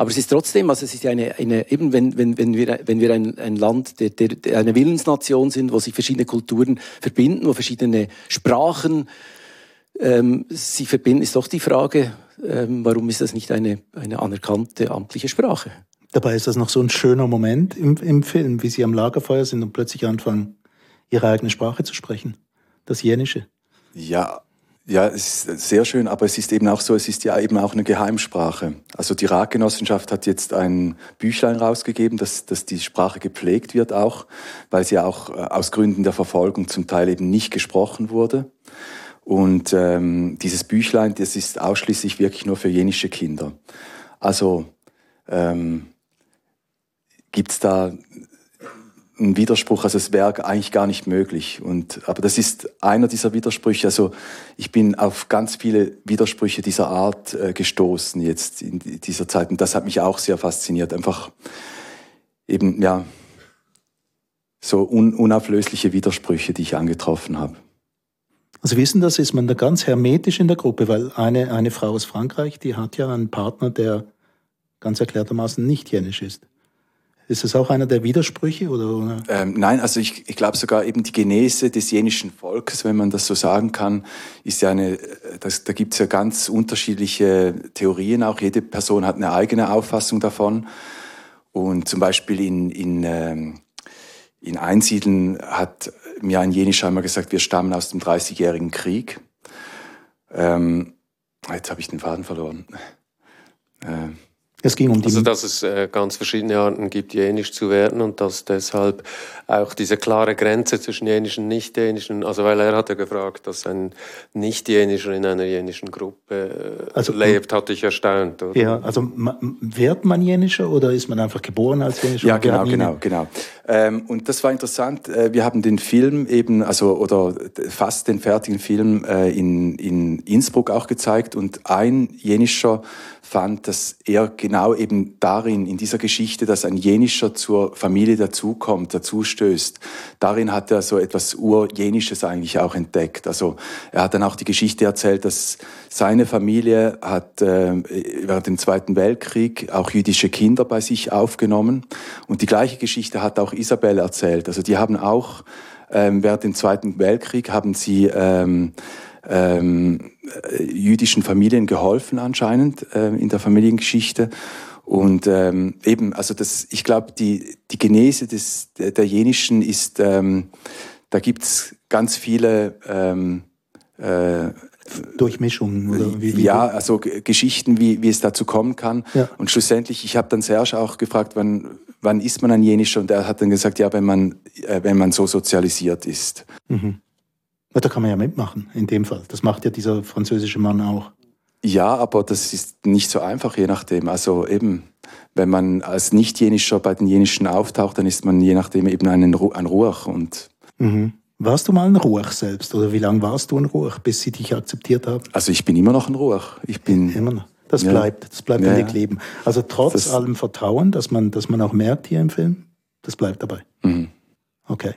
Aber es ist trotzdem, also es ist ja eine, eine eben wenn, wenn, wenn wir, wenn wir ein, ein Land, der, der, der eine Willensnation sind, wo sich verschiedene Kulturen verbinden, wo verschiedene Sprachen ähm, sich verbinden, ist doch die Frage, ähm, warum ist das nicht eine, eine anerkannte amtliche Sprache? Dabei ist das noch so ein schöner Moment im, im Film, wie sie am Lagerfeuer sind und plötzlich anfangen, ihre eigene Sprache zu sprechen. Das Jenische. Ja, ja, es ist sehr schön, aber es ist eben auch so, es ist ja eben auch eine Geheimsprache. Also die Ratgenossenschaft hat jetzt ein Büchlein rausgegeben, dass, dass die Sprache gepflegt wird auch, weil sie auch aus Gründen der Verfolgung zum Teil eben nicht gesprochen wurde. Und ähm, dieses Büchlein, das ist ausschließlich wirklich nur für jenische Kinder. Also ähm, gibt es da einen Widerspruch, also es wäre eigentlich gar nicht möglich. Und, aber das ist einer dieser Widersprüche. Also ich bin auf ganz viele Widersprüche dieser Art äh, gestoßen jetzt in dieser Zeit. Und das hat mich auch sehr fasziniert. Einfach eben, ja, so un unauflösliche Widersprüche, die ich angetroffen habe. Also wissen das, ist man da ganz hermetisch in der Gruppe, weil eine, eine Frau aus Frankreich, die hat ja einen Partner, der ganz erklärtermaßen nicht jenisch ist. Ist das auch einer der Widersprüche? Oder, oder? Ähm, nein, also ich, ich glaube sogar eben die Genese des jenischen Volkes, wenn man das so sagen kann, ist ja eine, das, da gibt es ja ganz unterschiedliche Theorien auch. Jede Person hat eine eigene Auffassung davon. Und zum Beispiel in, in, ähm, in Einsiedeln hat mir ein Jenischer einmal gesagt, wir stammen aus dem dreißigjährigen Krieg. Ähm, jetzt habe ich den Faden verloren. Ähm, Es ging um die also, dass es äh, ganz verschiedene Arten gibt, jenisch zu werden und dass deshalb auch diese klare Grenze zwischen jenischen und nicht-jenischen, also weil er hat ja gefragt, dass ein Nicht-Jenischer in einer jenischen Gruppe äh, also, lebt, hat dich erstaunt, oder? Ja, also wird man jenischer oder ist man einfach geboren als jenischer? Ja, genau, genau, genau. Ähm, und das war interessant. Wir haben den Film eben, also oder fast den fertigen Film äh, in, in Innsbruck auch gezeigt und ein Jenischer fand, dass er genau eben darin, in dieser Geschichte, dass ein Jenischer zur Familie dazukommt, dazustößt, darin hat er so etwas Urjenisches eigentlich auch entdeckt. Also er hat dann auch die Geschichte erzählt, dass seine Familie hat äh, während dem Zweiten Weltkrieg auch jüdische Kinder bei sich aufgenommen. Und die gleiche Geschichte hat auch Isabel erzählt. Also die haben auch ähm, während dem Zweiten Weltkrieg haben sie ähm, ähm, jüdischen Familien geholfen anscheinend äh, in der Familiengeschichte. Und ähm, eben, also das, ich glaube, die die Genese des der, der Jenischen ist, ähm, da gibt's ganz viele ähm, äh, Durchmischungen oder wie, wie ja, also Geschichten, wie wie es dazu kommen kann. Ja. Und schlussendlich, ich habe dann Serge auch gefragt, wann wann ist man ein Jenischer? Und er hat dann gesagt, ja, wenn man äh, wenn man so sozialisiert ist. Mhm. Da kann man ja mitmachen, in dem Fall. Das macht ja dieser französische Mann auch. Ja, aber das ist nicht so einfach, je nachdem. Also eben, wenn man als Nicht-Jenischer bei den Jenischen auftaucht, dann ist man je nachdem eben ein, ein Ruach. Und mhm. Warst du mal ein Ruach selbst? Oder wie lange warst du ein Ruach, bis sie dich akzeptiert haben? Also ich bin immer noch ein Ruach. Ich bin immer noch. Das ja. bleibt, das bleibt ja, in dir ja. kleben. Also trotz das, allem Vertrauen, dass man, dass man auch merkt hier im Film, das bleibt dabei. Mhm. Okay.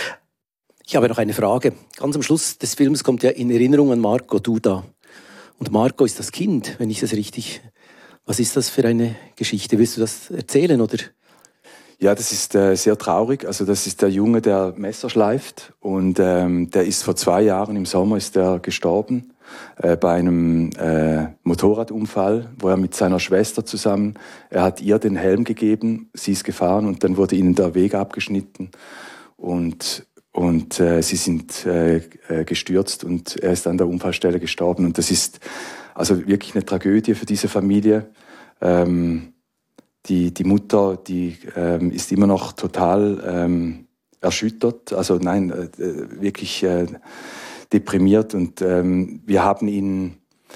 Ich habe noch eine Frage. Ganz am Schluss des Films kommt ja in Erinnerung an Marco Duda. Und Marco ist das Kind, wenn ich das richtig... Was ist das für eine Geschichte? Willst du das erzählen, oder? Ja, das ist äh, sehr traurig. Also das ist der Junge, der Messer schleift. Und ähm, der ist vor zwei Jahren im Sommer ist der gestorben äh, bei einem äh, Motorradunfall, wo er mit seiner Schwester zusammen... Er hat ihr den Helm gegeben, sie ist gefahren und dann wurde ihnen der Weg abgeschnitten. Und... Und äh, sie sind äh, gestürzt und er ist an der Unfallstelle gestorben. Und das ist also wirklich eine Tragödie für diese Familie. Ähm, die, die Mutter, die ähm, ist immer noch total ähm, erschüttert, also nein, äh, wirklich äh, deprimiert. Und ähm, wir haben ihn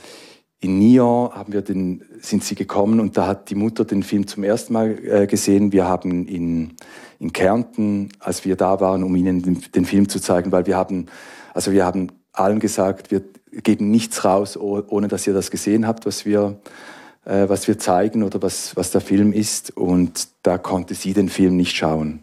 in Nyon haben wir den, sind sie gekommen und da hat die Mutter den Film zum ersten Mal äh, gesehen. Wir haben in, in Kärnten, als wir da waren, um ihnen den, den Film zu zeigen, weil wir haben, also wir haben allen gesagt, wir geben nichts raus, ohne dass ihr das gesehen habt, was wir, äh, was wir zeigen oder was, was der Film ist. Und da konnte sie den Film nicht schauen.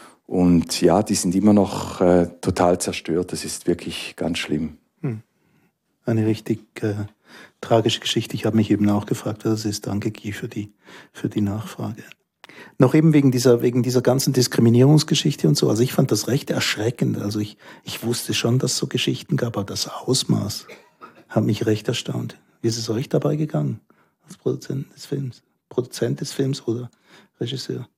Und ja, die sind immer noch äh, total zerstört. Das ist wirklich ganz schlimm. Hm. Eine richtig... Äh tragische Geschichte. Ich habe mich eben auch gefragt, was das ist. Danke, Guy, für die, für die Nachfrage. Noch eben wegen dieser, wegen dieser ganzen Diskriminierungsgeschichte und so. Also ich fand das recht erschreckend. Also ich, ich wusste schon, dass es so Geschichten gab, aber das Ausmaß hat mich recht erstaunt. Wie ist es euch dabei gegangen, als Produzent des Films? Produzent des Films oder Regisseur?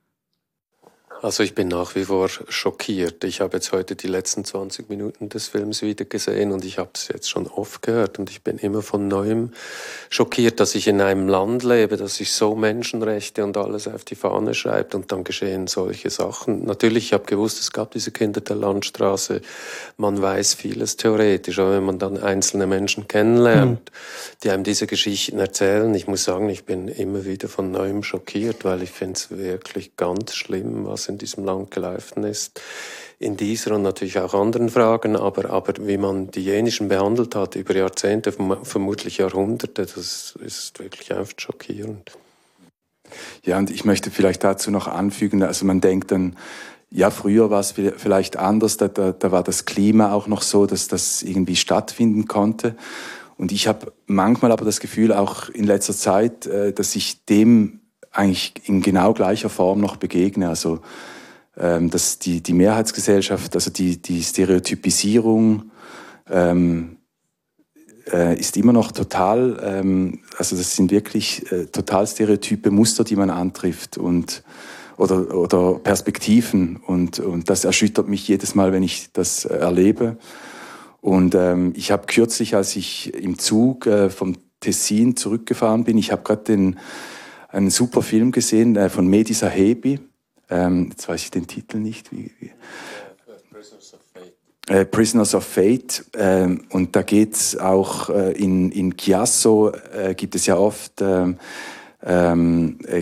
Also ich bin nach wie vor schockiert. Ich habe jetzt heute die letzten zwanzig Minuten des Films wieder gesehen und ich habe es jetzt schon oft gehört und ich bin immer von Neuem schockiert, dass ich in einem Land lebe, das sich so Menschenrechte und alles auf die Fahne schreibt und dann geschehen solche Sachen. Natürlich, ich habe gewusst, es gab diese Kinder der Landstraße, man weiß vieles theoretisch, aber wenn man dann einzelne Menschen kennenlernt, mhm. die einem diese Geschichten erzählen, ich muss sagen, ich bin immer wieder von Neuem schockiert, weil ich finde es wirklich ganz schlimm, was in diesem Land gelaufen ist, in dieser und natürlich auch anderen Fragen, aber, aber wie man die Jenischen behandelt hat über Jahrzehnte, vermutlich Jahrhunderte, das ist wirklich einfach schockierend. Ja, und ich möchte vielleicht dazu noch anfügen, also man denkt dann, ja, früher war es vielleicht anders, da, da, da war das Klima auch noch so, dass das irgendwie stattfinden konnte. Und ich habe manchmal aber das Gefühl, auch in letzter Zeit, dass ich dem eigentlich in genau gleicher Form noch begegne. Also ähm, dass die, die Mehrheitsgesellschaft, also die, die Stereotypisierung ähm, äh, ist immer noch total, ähm, also das sind wirklich äh, total stereotype Muster, die man antrifft und oder, oder Perspektiven und, und das erschüttert mich jedes Mal, wenn ich das äh, erlebe. Und ähm, ich habe kürzlich, als ich im Zug äh, vom Tessin zurückgefahren bin, ich habe gerade den einen super Film gesehen äh, von Mehdi Sahebi. Ähm, jetzt weiß ich den Titel nicht. Wie, wie. Prisoners of Fate. Äh, Prisoners of Fate. Ähm, und da geht es auch äh, in, in Chiasso, äh, gibt es ja oft ähm, äh,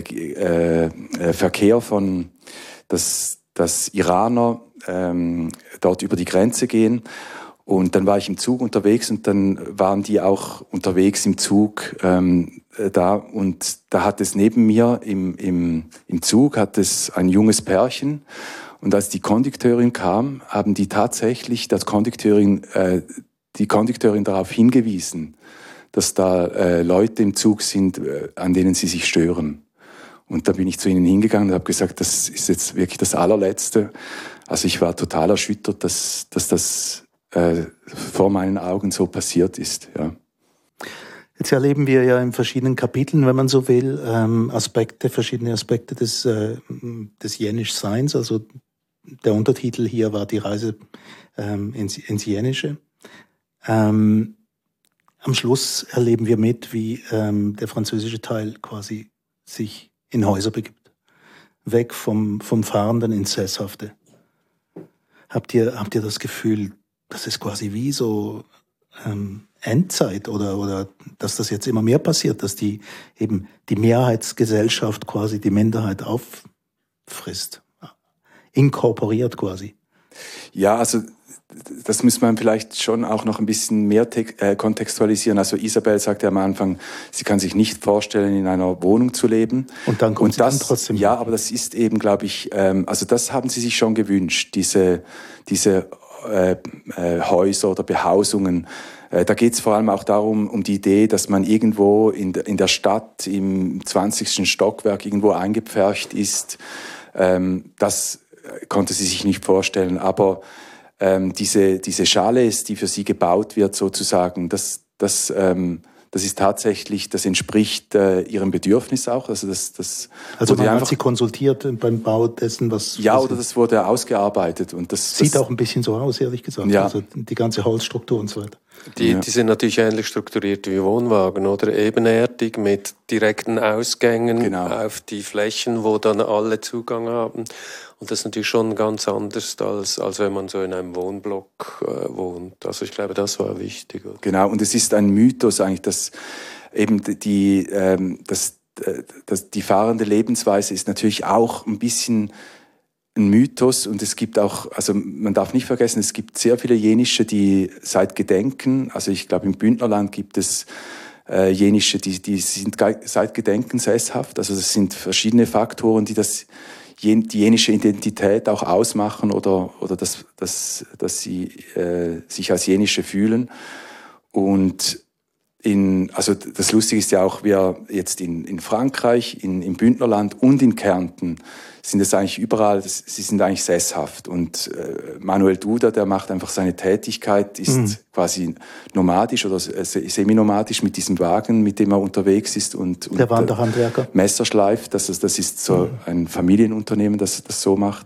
äh, Verkehr von, dass, dass Iraner ähm, dort über die Grenze gehen. Und dann war ich im Zug unterwegs und dann waren die auch unterwegs im Zug ähm, da und da hat es neben mir im, im, im Zug hat es ein junges Pärchen und als die Kondukteurin kam, haben die tatsächlich das Kondukteurin, äh, die Kondukteurin darauf hingewiesen, dass da äh, Leute im Zug sind, äh, an denen sie sich stören. Und da bin ich zu ihnen hingegangen und habe gesagt, das ist jetzt wirklich das Allerletzte. Also ich war total erschüttert, dass, dass das äh, vor meinen Augen so passiert ist. Ja. Jetzt erleben wir ja in verschiedenen Kapiteln, wenn man so will, ähm, Aspekte, verschiedene Aspekte des, äh, des Jenischseins. Also der Untertitel hier war die Reise ähm, ins, ins Jenische. Ähm, am Schluss erleben wir mit, wie ähm, der französische Teil quasi sich in Häuser begibt. Weg vom, vom Fahrenden ins Sesshafte. Habt ihr, habt ihr das Gefühl, das ist quasi wie so ähm, Endzeit oder, oder dass das jetzt immer mehr passiert, dass die eben die Mehrheitsgesellschaft quasi die Minderheit auffrisst, inkorporiert quasi? Ja, also das muss man vielleicht schon auch noch ein bisschen mehr äh, kontextualisieren. Also Isabel sagte am Anfang, sie kann sich nicht vorstellen, in einer Wohnung zu leben. Und dann kommt Und sie das, dann trotzdem. Ja, aber das ist eben, glaube ich, ähm, also das haben sie sich schon gewünscht, diese, diese äh, äh, Häuser oder Behausungen. Äh, da geht es vor allem auch darum, um die Idee, dass man irgendwo in, in der Stadt im zwanzigsten Stockwerk irgendwo eingepfercht ist. Ähm, das konnte sie sich nicht vorstellen, aber ähm, diese, diese Chalets, die für sie gebaut wird sozusagen, das, das, ähm, das ist tatsächlich, das entspricht äh, ihrem Bedürfnis auch. Also, das, das also man einfach, hat sie konsultiert beim Bau dessen, was... Ja, was oder das wurde ausgearbeitet. Und das sieht das, auch ein bisschen so aus, ehrlich gesagt. Ja. Also die ganze Holzstruktur und so weiter. Die, ja. die sind natürlich ähnlich strukturiert wie Wohnwagen, oder? Ebenerdig mit direkten Ausgängen Genau. auf die Flächen, wo dann alle Zugang haben. Und das ist natürlich schon ganz anders, als, als wenn man so in einem Wohnblock äh, wohnt. Also ich glaube, das war wichtig. Oder? Genau, und es ist ein Mythos eigentlich, dass eben die, ähm, das, äh, das, die fahrende Lebensweise ist natürlich auch ein bisschen ein Mythos und es gibt auch, also man darf nicht vergessen, es gibt sehr viele Jenische, die seit Gedenken, also ich glaube im Bündnerland gibt es äh, Jenische, die, die sind seit Gedenken sesshaft, also das sind verschiedene Faktoren, die das die jenische Identität auch ausmachen oder, oder dass, dass, dass sie äh, sich als Jenische fühlen. Und in, also das Lustige ist ja auch, wir jetzt in, in Frankreich, in, im Bündnerland und in Kärnten sind es eigentlich überall, das, sie sind eigentlich sesshaft. Und äh, Manuel Duda, der macht einfach seine Tätigkeit, ist mhm. quasi nomadisch oder semi-nomadisch mit diesem Wagen, mit dem er unterwegs ist. Und, und der Wanderhandwerker. Messerschleif, das ist, das ist so mhm. ein Familienunternehmen, das das so macht.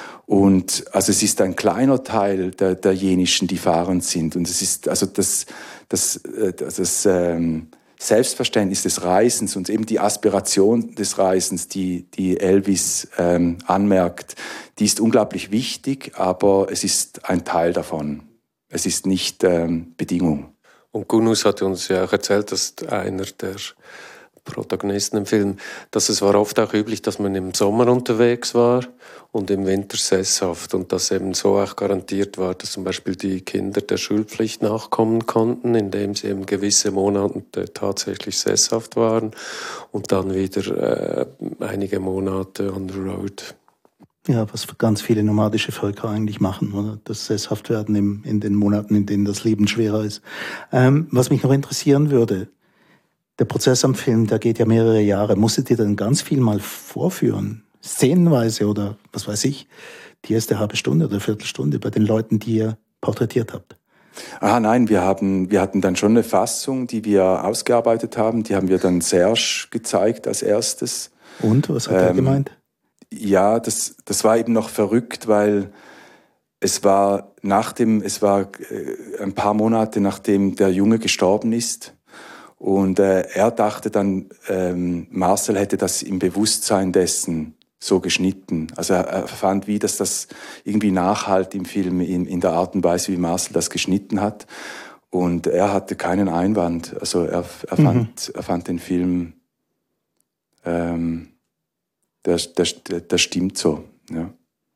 Und also es ist ein kleiner Teil der, der jenischen, die fahrend sind. Und es ist also das, das, das, das ähm, Selbstverständnis des Reisens und eben die Aspiration des Reisens, die, die Elvis ähm, anmerkt, die ist unglaublich wichtig, aber es ist ein Teil davon. Es ist nicht ähm, Bedingung. Und Gunus hat uns ja auch erzählt, dass einer der Protagonisten im Film, dass es war oft auch üblich, dass man im Sommer unterwegs war und im Winter sesshaft und dass eben so auch garantiert war, dass zum Beispiel die Kinder der Schulpflicht nachkommen konnten, indem sie eben gewisse Monate tatsächlich sesshaft waren und dann wieder äh, einige Monate on the road. Ja, was ganz viele nomadische Völker eigentlich machen, oder? Das sesshaft werden im, in den Monaten, in denen das Leben schwerer ist. Ähm, was mich noch interessieren würde, der Prozess am Film, der geht ja mehrere Jahre. Musstet ihr dann ganz viel mal vorführen? Szenenweise oder was weiß ich, die erste halbe Stunde oder Viertelstunde bei den Leuten, die ihr porträtiert habt? Ah, nein, wir haben, wir hatten dann schon eine Fassung, die wir ausgearbeitet haben. Die haben wir dann Serge gezeigt als erstes. Und, was hat ähm, er gemeint? Ja, das, das war eben noch verrückt, weil es war nach dem, es war äh, ein paar Monate nachdem der Junge gestorben ist. Und äh, er dachte dann, ähm, Marcel hätte das im Bewusstsein dessen so geschnitten. Also er, er fand wie, dass das irgendwie nachhalt im Film in, in der Art und Weise, wie Marcel das geschnitten hat. Und er hatte keinen Einwand. Also er, er, mhm. fand, er fand den Film, ähm, der, der, der stimmt so. Ja.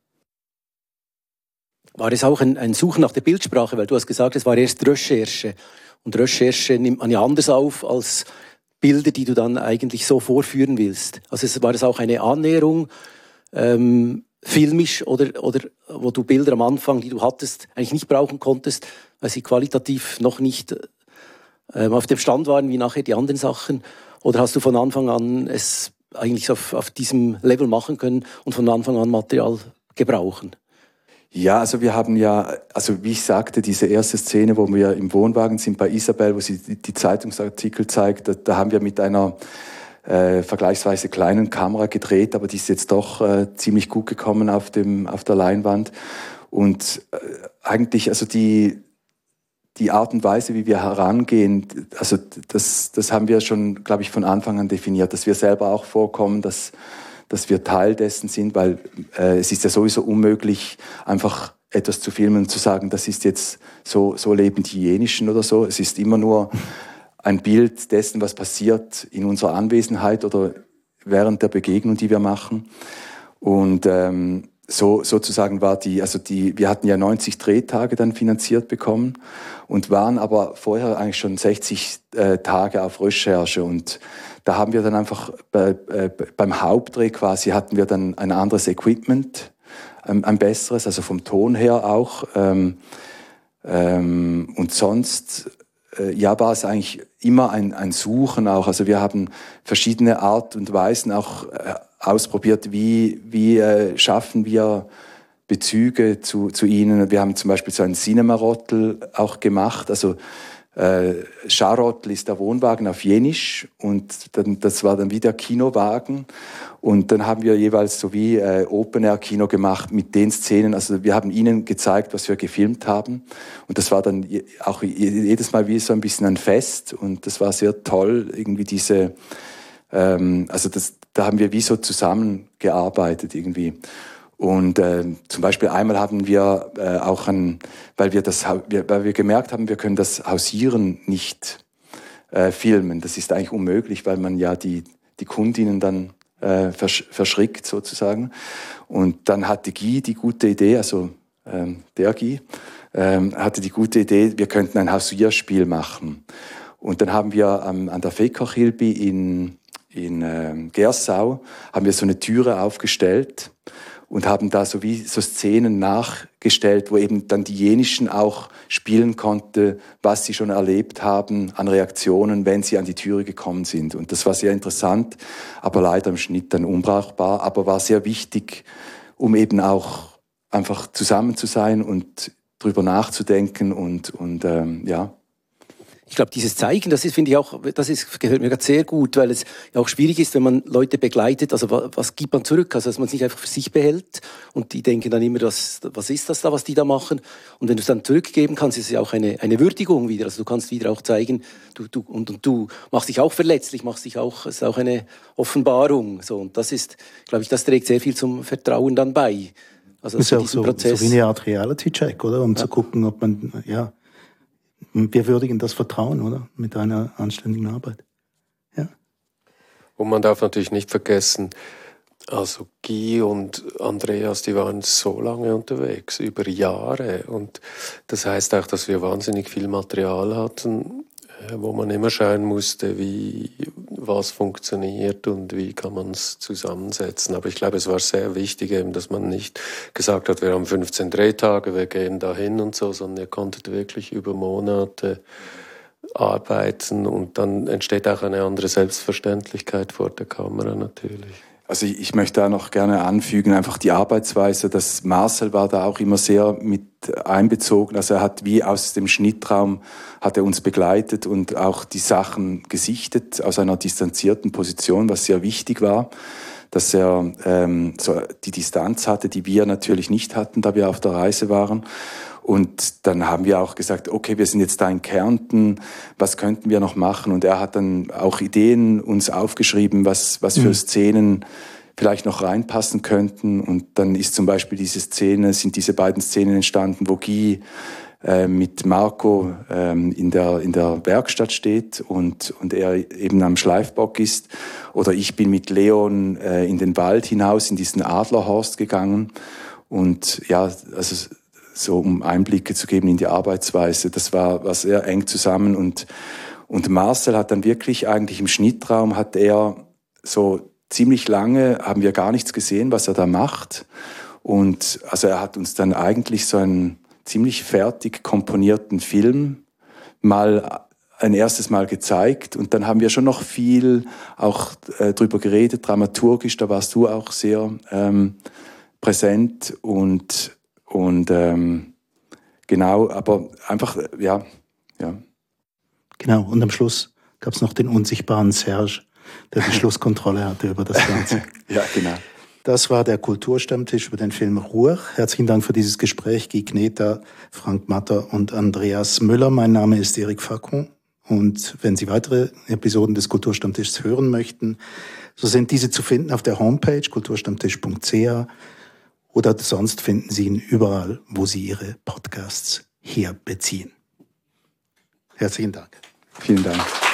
War es auch ein, ein Suchen nach der Bildsprache? Weil du hast gesagt, es war erst Recherche. Und Recherche nimmt man ja anders auf als Bilder, die du dann eigentlich so vorführen willst. Also es war das auch eine Annäherung, ähm, filmisch oder, oder wo du Bilder am Anfang, die du hattest, eigentlich nicht brauchen konntest, weil sie qualitativ noch nicht ähm, auf dem Stand waren wie nachher die anderen Sachen? Oder hast du von Anfang an es eigentlich auf, auf diesem Level machen können und von Anfang an Material gebrauchen? Ja, also wir haben ja, also wie ich sagte, diese erste Szene, wo wir im Wohnwagen sind bei Isabel, wo sie die, die Zeitungsartikel zeigt, da, da haben wir mit einer äh, vergleichsweise kleinen Kamera gedreht, aber die ist jetzt doch äh, ziemlich gut gekommen auf dem auf der Leinwand. Und äh, eigentlich, also die die Art und Weise, wie wir herangehen, also das das haben wir schon, glaube ich, von Anfang an definiert, dass wir selber auch vorkommen, dass dass wir Teil dessen sind, weil äh, es ist ja sowieso unmöglich, einfach etwas zu filmen und zu sagen, das ist jetzt so, so leben die Jenischen oder so. Es ist immer nur ein Bild dessen, was passiert in unserer Anwesenheit oder während der Begegnung, die wir machen. Und ähm, so sozusagen war die, also die, wir hatten ja neunzig Drehtage dann finanziert bekommen und waren aber vorher eigentlich schon sechzig äh, Tage auf Recherche. Und da haben wir dann einfach bei, äh, beim Hauptdreh quasi hatten wir dann ein anderes Equipment, ähm, ein besseres, also vom Ton her auch. Ähm, ähm, und sonst äh, ja, war es eigentlich immer ein, ein Suchen auch. Also wir haben verschiedene Art und Weisen auch äh, ausprobiert, wie, wie äh, schaffen wir Bezüge zu, zu ihnen. Wir haben zum Beispiel so ein Cinema-Rottel auch gemacht, also Äh, Scharotl ist der Wohnwagen auf Jenisch und dann, das war dann wie der Kinowagen und dann haben wir jeweils so wie äh, Open-Air-Kino gemacht mit den Szenen, also wir haben ihnen gezeigt, was wir gefilmt haben und das war dann auch jedes Mal wie so ein bisschen ein Fest und das war sehr toll, irgendwie diese, ähm, also das, da haben wir wie so zusammengearbeitet irgendwie. Und äh, zum Beispiel einmal haben wir äh, auch ein, weil wir das, weil wir gemerkt haben, wir können das Hausieren nicht äh, filmen. Das ist eigentlich unmöglich, weil man ja die die Kundinnen dann äh, versch verschrickt sozusagen. Und dann hatte Guy die gute Idee, also ähm, der Guy ähm, hatte die gute Idee, wir könnten ein Hausierspiel machen. Und dann haben wir ähm, an der Fekochilbi in in äh, Gersau haben wir so eine Türe aufgestellt. und haben da so wie so Szenen nachgestellt, wo eben dann die Jenischen auch spielen konnte, was sie schon erlebt haben an Reaktionen, wenn sie an die Türe gekommen sind. Und das war sehr interessant, aber leider im Schnitt dann unbrauchbar, aber war sehr wichtig, um eben auch einfach zusammen zu sein und drüber nachzudenken und, und ähm, ja. Ich glaube, dieses Zeigen, das ist, finde ich auch, das ist, gehört mir gerade sehr gut, weil es ja auch schwierig ist, wenn man Leute begleitet, also was, was gibt man zurück, also dass man es nicht einfach für sich behält und die denken dann immer, das, was ist das da, was die da machen, und wenn du es dann zurückgeben kannst, ist es ja auch eine, eine Würdigung wieder, also du kannst wieder auch zeigen, du, du, und, und du machst dich auch verletzlich, machst dich auch, es ist auch eine Offenbarung, so, und das ist, glaube ich, das trägt sehr viel zum Vertrauen dann bei. Also das ist ja auch so, so wie eine Art Reality-Check, oder? Um ja. zu gucken, ob man, ja, wir würdigen das Vertrauen, oder? Mit einer anständigen Arbeit. Ja. Und man darf natürlich nicht vergessen, also Guy und Andreas, die waren so lange unterwegs, über Jahre. Und das heißt auch, dass wir wahnsinnig viel Material hatten, wo man immer schauen musste, wie was funktioniert und wie kann man es zusammensetzen. Aber ich glaube, es war sehr wichtig, eben, dass man nicht gesagt hat, wir haben fünfzehn Drehtage, wir gehen dahin und so, sondern ihr konntet wirklich über Monate arbeiten und dann entsteht auch eine andere Selbstverständlichkeit vor der Kamera natürlich. Also ich, ich möchte da noch gerne anfügen, einfach die Arbeitsweise, dass Marcel war da auch immer sehr mit einbezogen. Also er hat wie aus dem Schnittraum, hat er uns begleitet und auch die Sachen gesichtet aus einer distanzierten Position, was sehr wichtig war, dass er ähm, so die Distanz hatte, die wir natürlich nicht hatten, da wir auf der Reise waren. Und dann haben wir auch gesagt, okay, wir sind jetzt da in Kärnten, was könnten wir noch machen? Und er hat dann auch Ideen uns aufgeschrieben, was, was für mhm. Szenen vielleicht noch reinpassen könnten. Und dann ist zum Beispiel diese Szene, sind diese beiden Szenen entstanden, wo Guy äh, mit Marco ähm, in der, in der Werkstatt steht und, und er eben am Schleifbock ist. Oder ich bin mit Leon äh, in den Wald hinaus, in diesen Adlerhorst gegangen. Und ja, also so um Einblicke zu geben in die Arbeitsweise. Das war, war sehr eng zusammen und, und Marcel hat dann wirklich eigentlich im Schnittraum hat er so ziemlich lange, haben wir gar nichts gesehen, was er da macht. Und also er hat uns dann eigentlich so einen ziemlich fertig komponierten Film mal ein erstes Mal gezeigt und dann haben wir schon noch viel auch äh, drüber geredet, dramaturgisch, da warst du auch sehr ähm, präsent und Und ähm, genau, aber einfach, ja, ja. Genau, und am Schluss gab es noch den unsichtbaren Serge, der die Schlusskontrolle hatte über das Ganze. Ja, genau. Das war der Kulturstammtisch über den Film Ruhr. Herzlichen Dank für dieses Gespräch, Guy Gneta, Frank Matter und Andreas Müller. Mein Name ist Eric Facon. Und wenn Sie weitere Episoden des Kulturstammtischs hören möchten, so sind diese zu finden auf der Homepage kulturstammtisch punkt c h. Oder sonst finden Sie ihn überall, wo Sie Ihre Podcasts herbeziehen. Herzlichen Dank. Vielen Dank.